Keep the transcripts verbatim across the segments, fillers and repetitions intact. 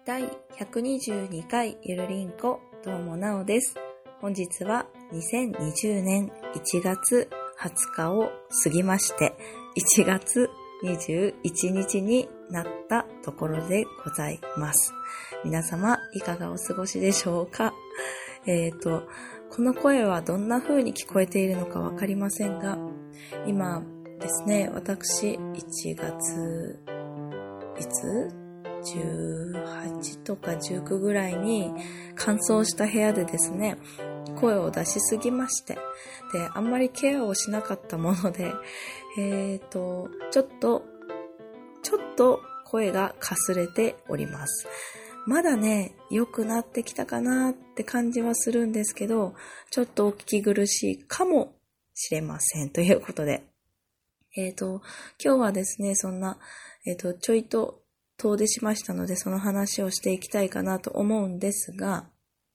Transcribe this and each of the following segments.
だいひゃくにじゅうにかいゆるりんこ、どうもなおです。本日はにせんにじゅうねんいちがつはつかを過ぎまして、いちがつにじゅういちにちになったところでございます。皆様いかがお過ごしでしょうか。えーと、この声はどんな風に聞こえているのかわかりませんが、今ですね、私いちがつ、いつじゅうはちとかじゅうくぐらいに乾燥した部屋でですね、声を出しすぎまして、で、あんまりケアをしなかったもので、えーと、ちょっと、ちょっと声がかすれております。まだね、良くなってきたかなって感じはするんですけど、ちょっとお聞き苦しいかもしれませんということで。えーと、今日はですね、そんな、えーと、ちょいと遠出しましたので、その話をしていきたいかなと思うんですが、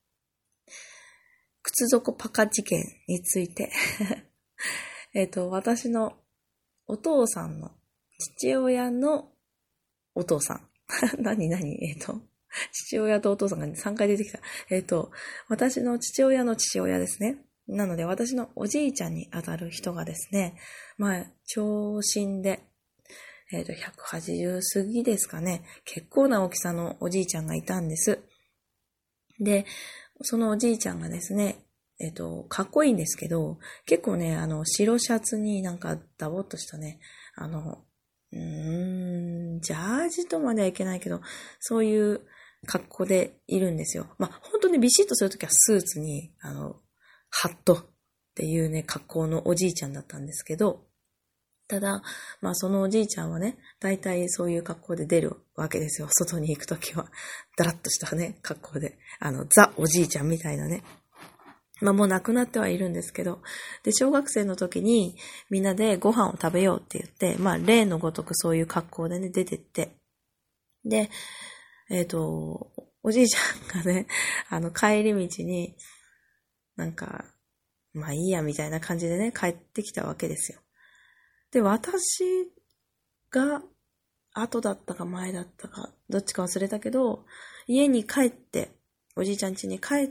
靴底パカ事件について、えっと、私のお父さんの父親のお父さん。何何えっと、父親とお父さんがさんかい出てきた。えっと、私の父親の父親ですね。なので、私のおじいちゃんにあたる人がですね、まあ、長身で、えっと、ひゃくはちじゅう過ぎですかね。結構な大きさのおじいちゃんがいたんです。で、そのおじいちゃんがですね、えっと、かっこいいんですけど、結構ね、あの、白シャツになんかダボっとしたね、あの、うーん、ジャージとまではいけないけど、そういう格好でいるんですよ。まあ、本当にビシッとするときはスーツに、あの、ハットっていうね、格好のおじいちゃんだったんですけど、ただ、まあそのおじいちゃんはね、大体そういう格好で出るわけですよ。外に行くときは。だらっとしたね、格好で。あの、ザおじいちゃんみたいなね。まあもう亡くなってはいるんですけど。で、小学生の時にみんなでご飯を食べようって言って、まあ例のごとくそういう格好でね、出てって。で、えっと、おじいちゃんがね、あの帰り道に、なんか、まあいいやみたいな感じでね、帰ってきたわけですよ。で、私が後だったか前だったか、どっちか忘れたけど、家に帰って、おじいちゃん家に帰って、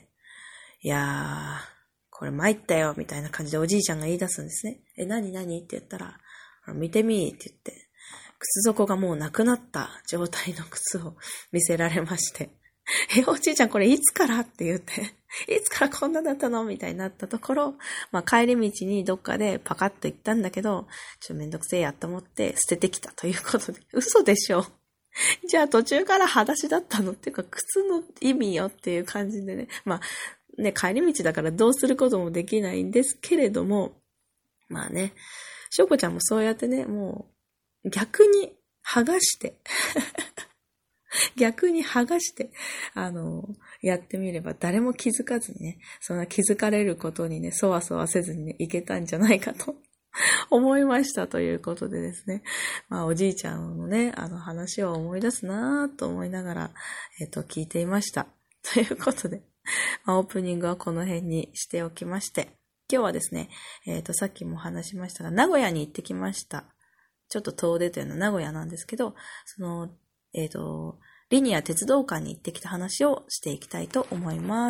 いやー、これ参ったよ、みたいな感じでおじいちゃんが言い出すんですね。え、なになにって言ったら、見てみーって言って、靴底がもうなくなった状態の靴を見せられまして、え、おじいちゃんこれいつからって言って、いつからこんなだったのみたいになったところ、まあ帰り道にどっかでパカッと行ったんだけど、ちょっとめんどくせえやと思って捨ててきたということで、嘘でしょ。じゃあ途中から裸足だったのっていうか靴の意味よっていう感じでね、まあね、帰り道だからどうすることもできないんですけれども、まあね、しょうこちゃんもそうやってね、もう逆に剥がして、逆に剥がして、あの、やってみれば誰も気づかずにね、そんな気づかれることにね、そわそわせずにね、いけたんじゃないかと思いましたということでですね。まあ、おじいちゃんのね、あの話を思い出すなぁと思いながら、えっと、聞いていました。ということで、まあ、オープニングはこの辺にしておきまして、今日はですね、えっと、さっきも話しましたが、名古屋に行ってきました。ちょっと遠出というのは名古屋なんですけど、その、えっと、リニア鉄道館に行ってきた話をしていきたいと思います。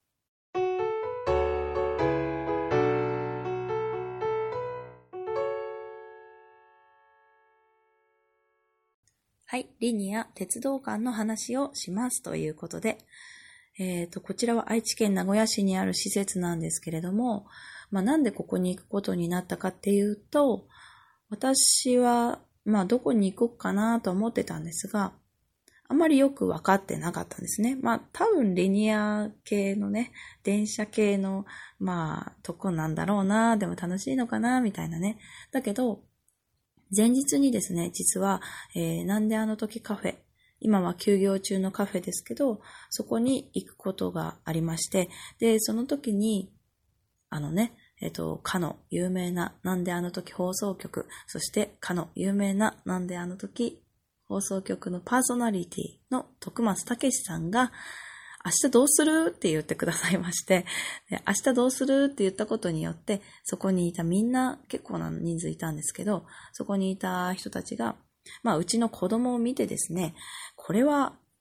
はい、リニア鉄道館の話をしますということで、えっと、こちらは愛知県名古屋市にある施設なんですけれども、まあ、なんでここに行くことになったかっていうと、私は、まあ、どこに行こうかなと思ってたんですが、あまりよく分かってなかったんですね。まあ多分リニア系のね、電車系の、まあとこなんだろうな、でも楽しいのかな、みたいなね。だけど、前日にですね、実は、えー、なんであの時カフェ、今は休業中のカフェですけど、そこに行くことがありまして、で、その時に、あのね、えっと、かの有名ななんであの時放送局、そしてかの有名ななんであの時放送局のパーソナリティの徳松武史さんが、明日どうするって言ってくださいまして、で明日どうするって言ったことによって、そこにいたみんな、結構な人数いたんですけど、そこにいた人たちが、まあうちの子供を見てですね、これは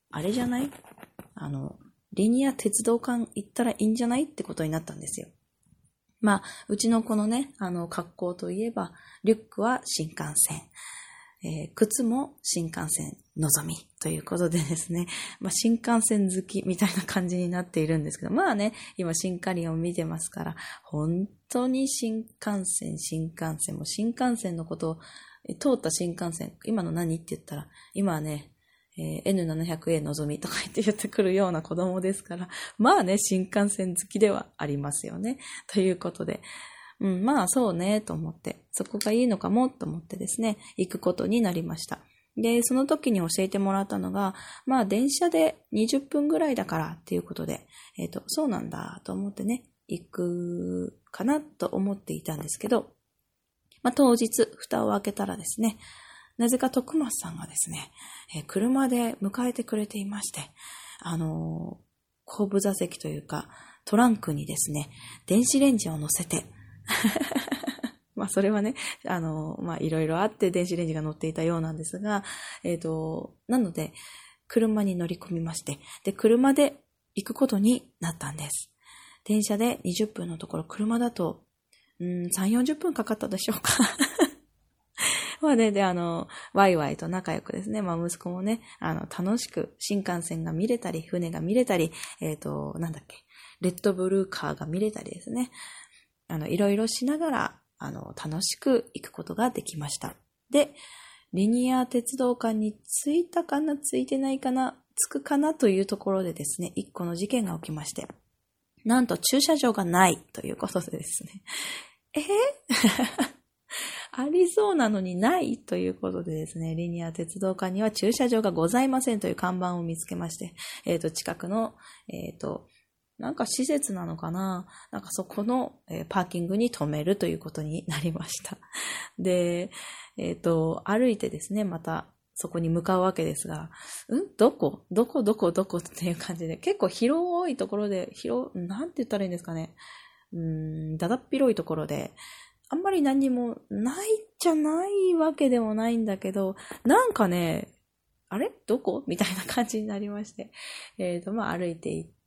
あれじゃない？あの、リニア鉄道館行ったらいいんじゃないってことになったんですよ。まあ、うちのこのね、あの、格好といえば、リュックは新幹線、えー、靴も新幹線のぞみということでですね、まあ、新幹線好きみたいな感じになっているんですけど、まあね、今シンカリオンを見てますから、本当に新幹線、新幹線も新幹線のことを、通った新幹線、今の何って言ったら、今はね、えー、エヌななひゃくエー のぞみとか言って言ってくるような子供ですから、まあね、新幹線好きではありますよね。ということで、うん、まあそうね、と思って、そこがいいのかもと思ってですね、行くことになりました。で、その時に教えてもらったのが、まあ電車でにじゅっぷんぐらいだからっていうことで、えっと、そうなんだと思ってね、行くかなと思っていたんですけど、まあ当日、蓋を開けたらですね、なぜか徳松さんがですね、えー、車で迎えてくれていまして、あのー、後部座席というか、トランクにですね、電子レンジを乗せて、まあそれはね、あのー、まあいろいろあって電子レンジが乗っていたようなんですが、えっと、なので、車に乗り込みまして、で、車で行くことになったんです。電車でにじゅっぷんのところ、車だと、うーん、さんじゅう、よんじゅっぷんかかったでしょうか。まあね、で、あの、ワイワイと仲良くですね、まあ息子もね、あの、楽しく新幹線が見れたり、船が見れたり、えっと、なんだっけ、レッドブルーカーが見れたりですね、あの、いろいろしながら、あの、楽しく行くことができました。で、リニア鉄道館に着いたかな、着いてないかな、着くかなというところでですね、一個の事件が起きまして、なんと駐車場がないということでですね、えーありそうなのにないということでですね、リニア鉄道館には駐車場がございませんという看板を見つけまして、えっと、近くの、えっと、なんか施設なのかな、なんかそこの、えー、パーキングに止めるということになりました。で、えっと、歩いてですね、またそこに向かうわけですが、んどこどこどこどこっていう感じで、結構広いところで、広、なんて言ったらいいんですかね。うーん、だだっ広いところで、あんまり何もないじゃないわけでもないんだけど、なんかね、あれどこみたいな感じになりまして。えっと、まあ、歩いて行って、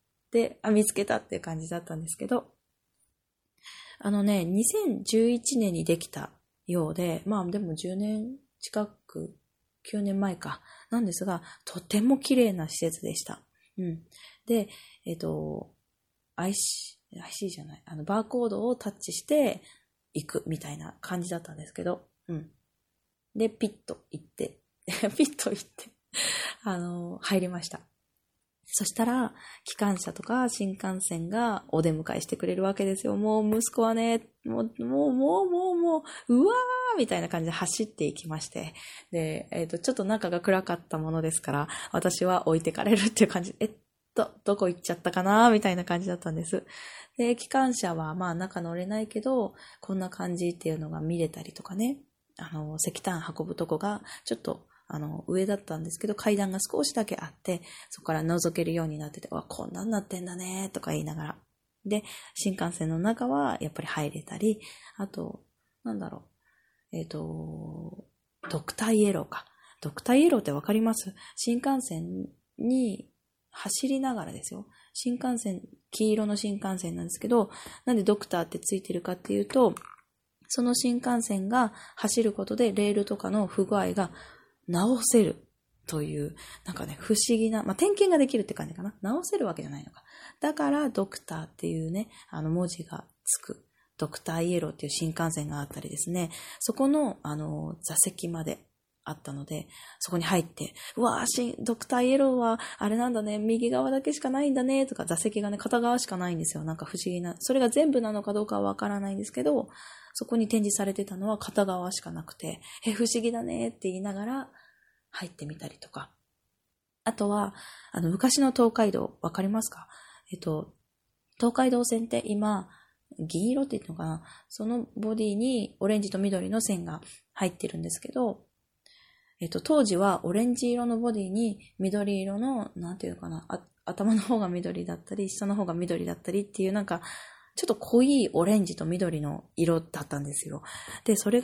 あ、見つけたっていう感じだったんですけど、あのね、にせんじゅういちねんにできたようで、まあ、でもじゅうねん近く、きゅうねんまえか、なんですが、とても綺麗な施設でした。うん。で、えっと、アイシー、アイシー じゃない、あの、バーコードをタッチして、行くみたいな感じだったんですけど、うん。で、ピッと行って、ピッと行って、あの、入りました。そしたら、機関車とか新幹線がお出迎えしてくれるわけですよ。もう息子はね、もう、もう、もう、もう、もう、うわーみたいな感じで走っていきまして。で、えっと、ちょっと中が暗かったものですから、私は置いてかれるっていう感じ。えっと、どこ行っちゃったかなみたいな感じだったんです。で、機関車はまあ中乗れないけど、こんな感じっていうのが見れたりとかね。あの、石炭運ぶとこが、ちょっと、あの、上だったんですけど、階段が少しだけあって、そこから覗けるようになってて、わ、こんなんなってんだね、とか言いながら。で、新幹線の中はやっぱり入れたり、あと、なんだろう、えっと、ドクターイエローか。ドクターイエローってわかります？新幹線に走りながらですよ。新幹線、黄色の新幹線なんですけど、なんでドクターってついてるかっていうと、その新幹線が走ることでレールとかの不具合が直せるという、なんかね、不思議な、まあ、点検ができるって感じかな。直せるわけじゃないのか。だから、ドクターっていうね、あの文字がつく。ドクターイエローっていう新幹線があったりですね、そこの、あの、座席まであったので、そこに入って、うわぁ、ドクターイエローは、あれなんだね、右側だけしかないんだね、とか、座席がね、片側しかないんですよ。なんか不思議な。それが全部なのかどうかはわからないんですけど、そこに展示されてたのは片側しかなくて、え、不思議だねって言いながら入ってみたりとか。あとは、あの、昔の東海道、わかりますか？えっと、東海道線って今、銀色って言うのかな？そのボディにオレンジと緑の線が入ってるんですけど、えっと、当時はオレンジ色のボディに緑色の、なんていうのかな、あ頭の方が緑だったり、下の方が緑だったりっていう、なんか、ちょっと濃いオレンジと緑の色だったんですよ。で、それが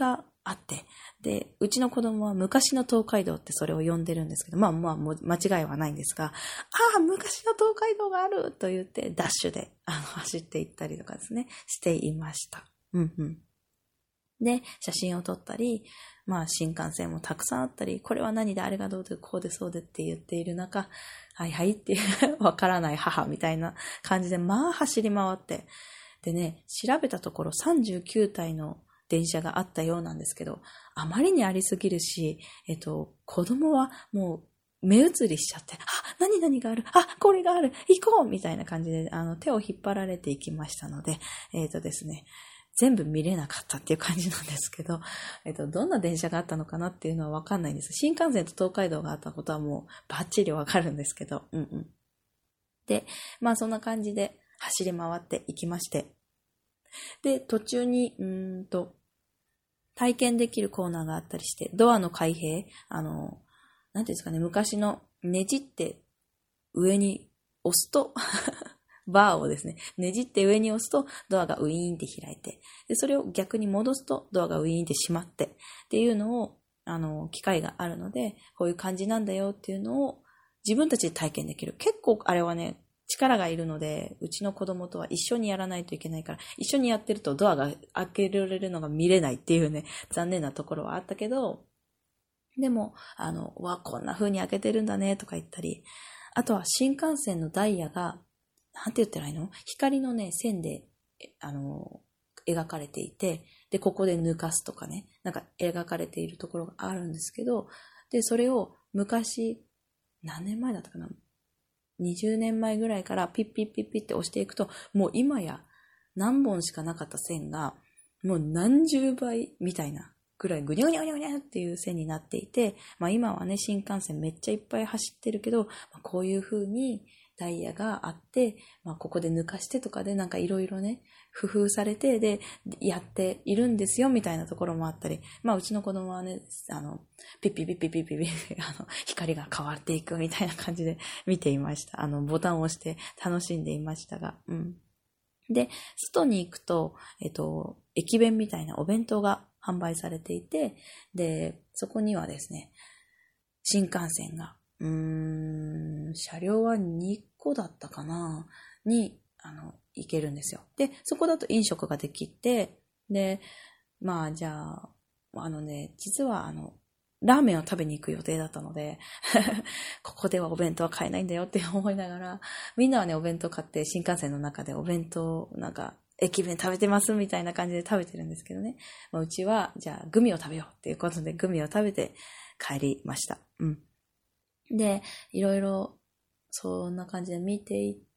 あって、で、うちの子供は昔の東海道ってそれを呼んでるんですけど、まあまあもう間違いはないんですが、ああ、昔の東海道があると言って、ダッシュであの走っていったりとかですね、していました。うんうん。で、写真を撮ったり、まあ新幹線もたくさんあったり、これは何であれがどうでこうでそうでって言っている中、はいはいっていうわからない母みたいな感じで、まあ走り回って、でね、調べたところさんじゅうきゅうたいの電車があったようなんですけど、あまりにありすぎるし、えっと、子供はもう目移りしちゃって、あ、何々がある、あ、これがある、行こうみたいな感じで、あの、手を引っ張られていきましたので、えっとですね、全部見れなかったっていう感じなんですけど、えっと、どんな電車があったのかなっていうのはわかんないんです。新幹線と東海道があったことはもうバッチリわかるんですけど、うんうん。で、まあそんな感じで走り回っていきまして、で、途中に、うーんと、体験できるコーナーがあったりして、ドアの開閉、あの、なんていうんですかね、昔のねじって上に押すと、バーをですね、ねじって上に押すとドアがウィーンって開いて、で、それを逆に戻すとドアがウィーンって閉まって、っていうのを、あの、機会があるので、こういう感じなんだよっていうのを自分たちで体験できる。結構あれはね、力がいるので、うちの子供とは一緒にやらないといけないから、一緒にやってるとドアが開けられるのが見れないっていうね、残念なところはあったけど、でも、あの、わ、こんな風に開けてるんだねとか言ったり、あとは新幹線のダイヤが、なんて言ったらいいの？光のね、線で、あの、描かれていて、で、ここで抜かすとかね、なんか描かれているところがあるんですけど、で、それを昔、何年前だったかな？にじゅうねんまえぐらいからピッピッピッピッって押していくと、もう今や何本しかなかった線が、もう何十倍みたいなぐらいぐにゃぐにゃぐにゃぐにゃっていう線になっていて、まあ今はね、新幹線めっちゃいっぱい走ってるけど、まあ、こういう風にダイヤがあって、まあここで抜かしてとかでなんかいろいろね、工夫されて、で、やっているんですよみたいなところもあったり、まあうちの子供はね、あの、ピッピッピッピッピッピッピッ、あの、光が変わっていくみたいな感じで見ていました。あの、ボタンを押して楽しんでいましたが、うん。で、外に行くと、えっと、駅弁みたいなお弁当が販売されていて、で、そこにはですね、新幹線が、うーん、車両はにこだったかなに、あの、行けるんですよ。で、そこだと飲食ができて、で、まあ、じゃあ、あのね、実はあの、ラーメンを食べに行く予定だったので、ここではお弁当は買えないんだよって思いながら、みんなはね、お弁当買って新幹線の中でお弁当、なんか、駅弁食べてますみたいな感じで食べてるんですけどね。まあ、うちは、じゃあ、グミを食べようっていうことで、グミを食べて帰りました。うん。で、いろいろ、そんな感じで見ていって、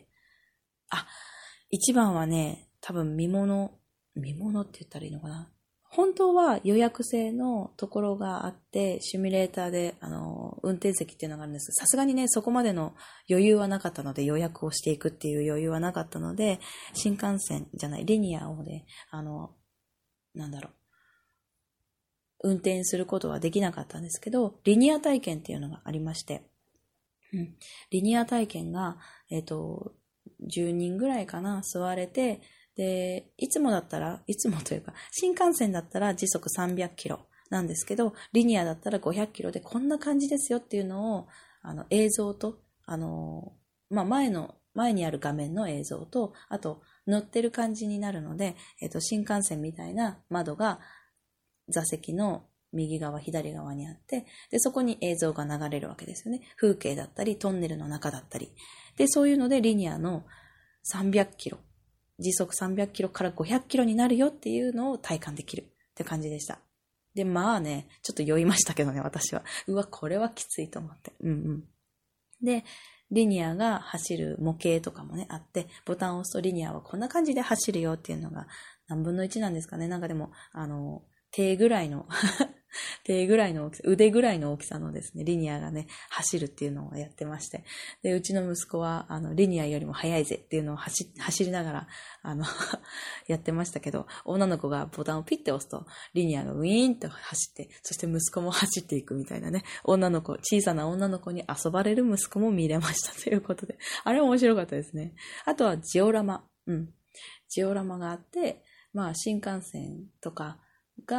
あ、一番はね、多分見物、見物って言ったらいいのかな。本当は予約制のところがあって、シミュレーターで、あの、運転席っていうのがあるんです。さすがにね、そこまでの余裕はなかったので、予約をしていくっていう余裕はなかったので、新幹線じゃない、リニアをね、あの、なんだろう、運転することはできなかったんですけど、リニア体験っていうのがありまして、うん、リニア体験が、えっと、じゅうにんぐらいかな、座れて、で、いつもだったら、いつもというか、新幹線だったら時速さんびゃくキロなんですけど、リニアだったらごひゃくキロでこんな感じですよっていうのを、あの、映像と、あの、まあ、前の、前にある画面の映像と、あと、乗ってる感じになるので、えっと、新幹線みたいな窓が座席の右側、左側にあって、で、そこに映像が流れるわけですよね。風景だったり、トンネルの中だったり。で、そういうのでリニアのさんびゃくキロ、時速さんびゃくキロからごひゃくキロになるよっていうのを体感できるって感じでした。で、まあね、ちょっと酔いましたけどね、私は。うわ、これはきついと思って。うんうん。で、リニアが走る模型とかもね、あって、ボタンを押すとリニアはこんな感じで走るよっていうのが何分のいちなんですかね。なんかでも、あの、手ぐらいの、手ぐらいの大きさ、腕ぐらいの大きさのですね、リニアがね、走るっていうのをやってまして。で、うちの息子は、あの、リニアよりも速いぜっていうのを走、走りながら、あの、やってましたけど、女の子がボタンをピッて押すと、リニアがウィーンと走って、そして息子も走っていくみたいなね、女の子、小さな女の子に遊ばれる息子も見れましたということで、あれ面白かったですね。あとはジオラマ。うん。ジオラマがあって、まあ、新幹線とかが、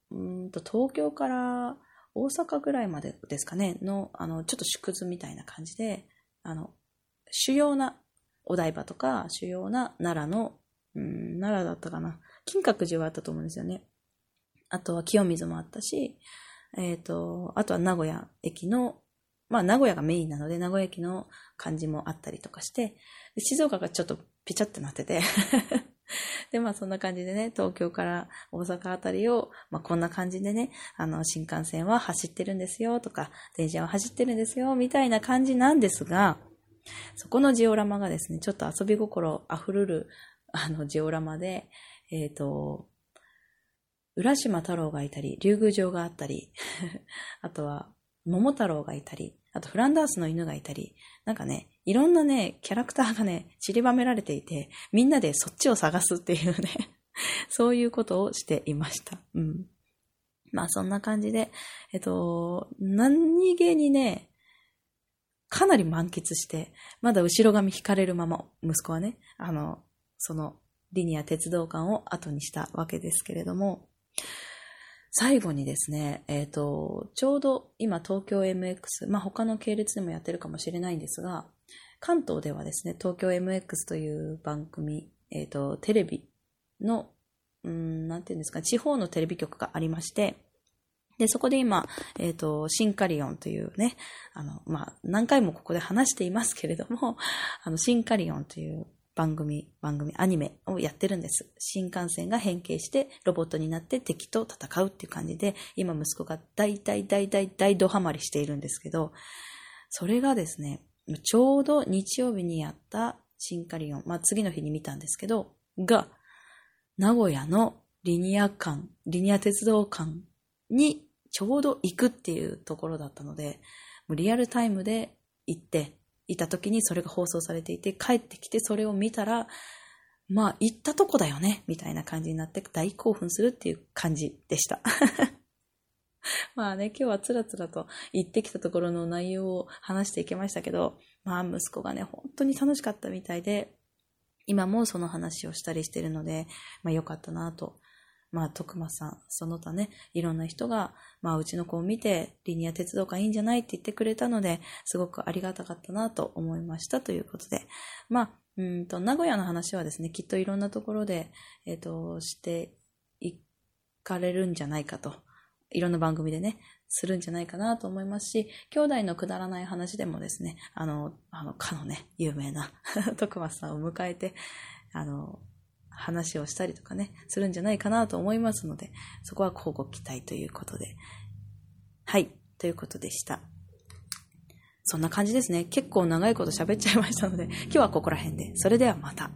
うーんと東京から大阪ぐらいまでですかねの、あの、ちょっと縮図みたいな感じで、あの、主要なお台場とか、主要な奈良の、うーん、奈良だったかな。金閣寺はあったと思うんですよね。あとは清水もあったし、えっと、あとは名古屋駅の、まあ名古屋がメインなので、名古屋駅の感じもあったりとかして、静岡がちょっとピチャってなってて、で、まあそんな感じでね、東京から大阪あたりを、まあこんな感じでね、あの、新幹線は走ってるんですよとか、電車は走ってるんですよ、みたいな感じなんですが、そこのジオラマがですね、ちょっと遊び心あふれる、あの、ジオラマで、えっと、浦島太郎がいたり、竜宮城があったり、あとは桃太郎がいたり、あとフランダースの犬がいたり、なんかね、いろんなね、キャラクターがね、散りばめられていて、みんなでそっちを探すっていうね、そういうことをしていました。うん。まあそんな感じで、えっと、何気にね、かなり満喫して、まだ後ろ髪引かれるまま、息子はね、あの、そのリニア鉄道館を後にしたわけですけれども、最後にですね、えっと、ちょうど今東京 エムエックス、まあ他の系列でもやってるかもしれないんですが、関東ではですね、東京 エムエックス という番組、えっと、テレビの、うーん、なんていうんですか、地方のテレビ局がありまして、で、そこで今、えっと、シンカリオンというね、あの、まあ、何回もここで話していますけれども、あの、シンカリオンという番組、番組、アニメをやってるんです。新幹線が変形してロボットになって敵と戦うっていう感じで、今息子が大大大大大ドハマりしているんですけど、それがですね、ちょうど日曜日にやったシンカリオン、まあ次の日に見たんですけど、が、名古屋のリニア館、リニア鉄道館にちょうど行くっていうところだったので、もうリアルタイムで行って、いた時にそれが放送されていて、帰ってきてそれを見たら、まあ行ったとこだよね、みたいな感じになって大興奮するっていう感じでした。まあね、今日はつらつらと行ってきたところの内容を話していきましたけど、まあ息子がね、本当に楽しかったみたいで、今もその話をしたりしてるので、まあ良かったなと。まあ徳間さん、その他ね、いろんな人が、まあうちの子を見て、リニア鉄道館いいんじゃないって言ってくれたので、すごくありがたかったなと思いましたということで。まあ、うんと、名古屋の話はですね、きっといろんなところで、えっと、していかれるんじゃないかと。いろんな番組でね、するんじゃないかなと思いますし、兄弟のくだらない話でもですね、あの、あの、かのね、有名な徳松さんを迎えて、あの、話をしたりとかね、するんじゃないかなと思いますので、そこは交互期待ということで。はい、ということでした。そんな感じですね。結構長いこと喋っちゃいましたので、今日はここら辺で。それではまた。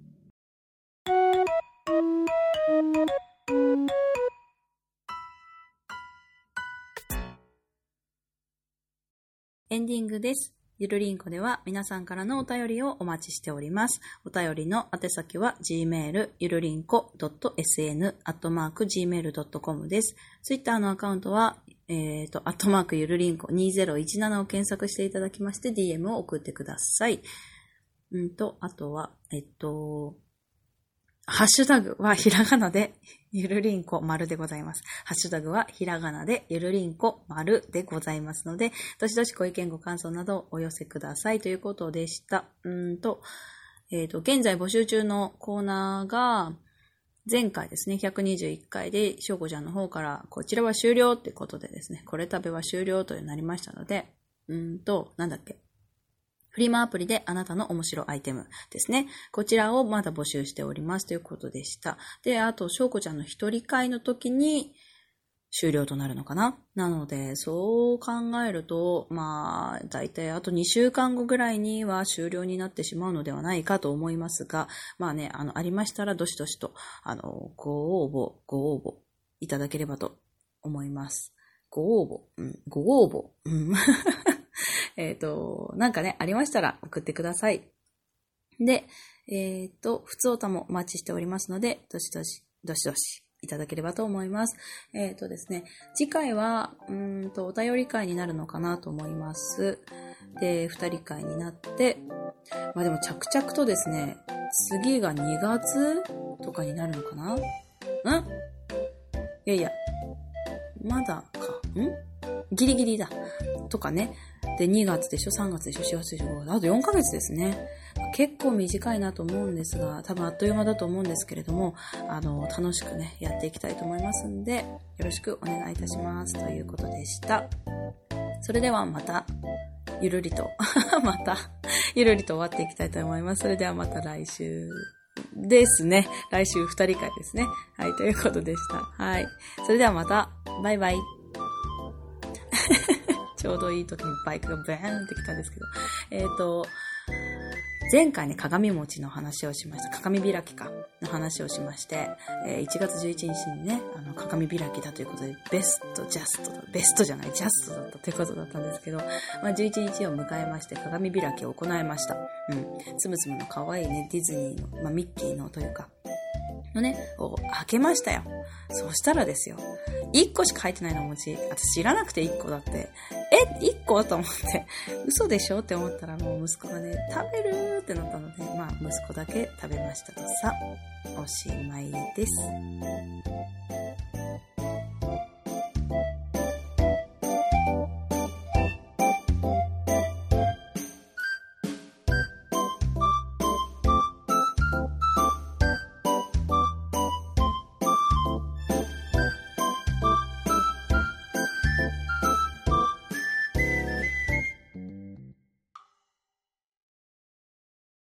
エンディングです。ゆるりんこでは皆さんからのお便りをお待ちしております。お便りの宛先は Gmail ゆるりんこ .sn アットマーク ジーメール ドットコム です。ツイッターのアカウントは、えっと、アットマークゆるりんこにせんじゅうななを検索していただきまして ディーエム を送ってください。うんと、あとは、えっと、ハッシュタグはひらがなでゆるりんこ丸でございます。ハッシュタグはひらがなでゆるりんこ丸でございますので、どしどしご意見ご感想などお寄せくださいということでした。うーんと、えっと、現在募集中のコーナーが、前回ですね、ひゃくにじゅういっかいで、しょうこちゃんの方から、こちらは終了ってことでですね、これ食べは終了となりましたので、うーんと、なんだっけ。フリマアプリであなたの面白アイテムですね。こちらをまだ募集しておりますということでした。で、あと、しょうこちゃんの一人会の時に終了となるのかな。なので、そう考えると、まあ、だいたいあとにしゅうかんごぐらいには終了になってしまうのではないかと思いますが、まあね、あの、ありましたら、どしどしと、あの、ご応募、ご応募いただければと思います。ご応募、うん、ご応募、うん。えっと、なんかね、ありましたら送ってください。で、えっと、普通おたもお待ちしておりますので、どしどし、どしどしいただければと思います。えっとですね、次回は、うーんと、お便り会になるのかなと思います。で、二人会になって、まあでも着々とですね、次がにがつとかになるのかな？ん？いやいや、 まだか。んギリギリだ。とかね。で、にがつでしょ ?さんがつでしょ ?しがつでしょ ?ごがつ。あとよんかげつですね。結構短いなと思うんですが、多分あっという間だと思うんですけれども、あの、楽しくね、やっていきたいと思いますんで、よろしくお願いいたします。ということでした。それではまた、ゆるりと、また、ゆるりと終わっていきたいと思います。それではまた来週ですね。来週二人会ですね。はい、ということでした。はい。それではまた、バイバイ。ちょうどいい時にバイクがブーンってきたんですけど。えっと、前回ね、鏡餅の話をしました。鏡開きか、の話をしまして、えー、いちがつじゅういちにちにね、あの、鏡開きだということで、ベスト、ジャスト、ベストじゃない、ジャストだったということだったんですけど、まあ、じゅういちにちを迎えまして、鏡開きを行いました。うん。つむつむの可愛いね、ディズニーの、まあ、ミッキーのというか、のね、を開けましたよ。そうしたらですよ。いっこしか入ってないのお餅。私知らなくていっこだって。え ?いっこ と思って。嘘でしょって思ったらもう息子がね、食べるってなったので、まあ息子だけ食べましたとさ。おしまいです。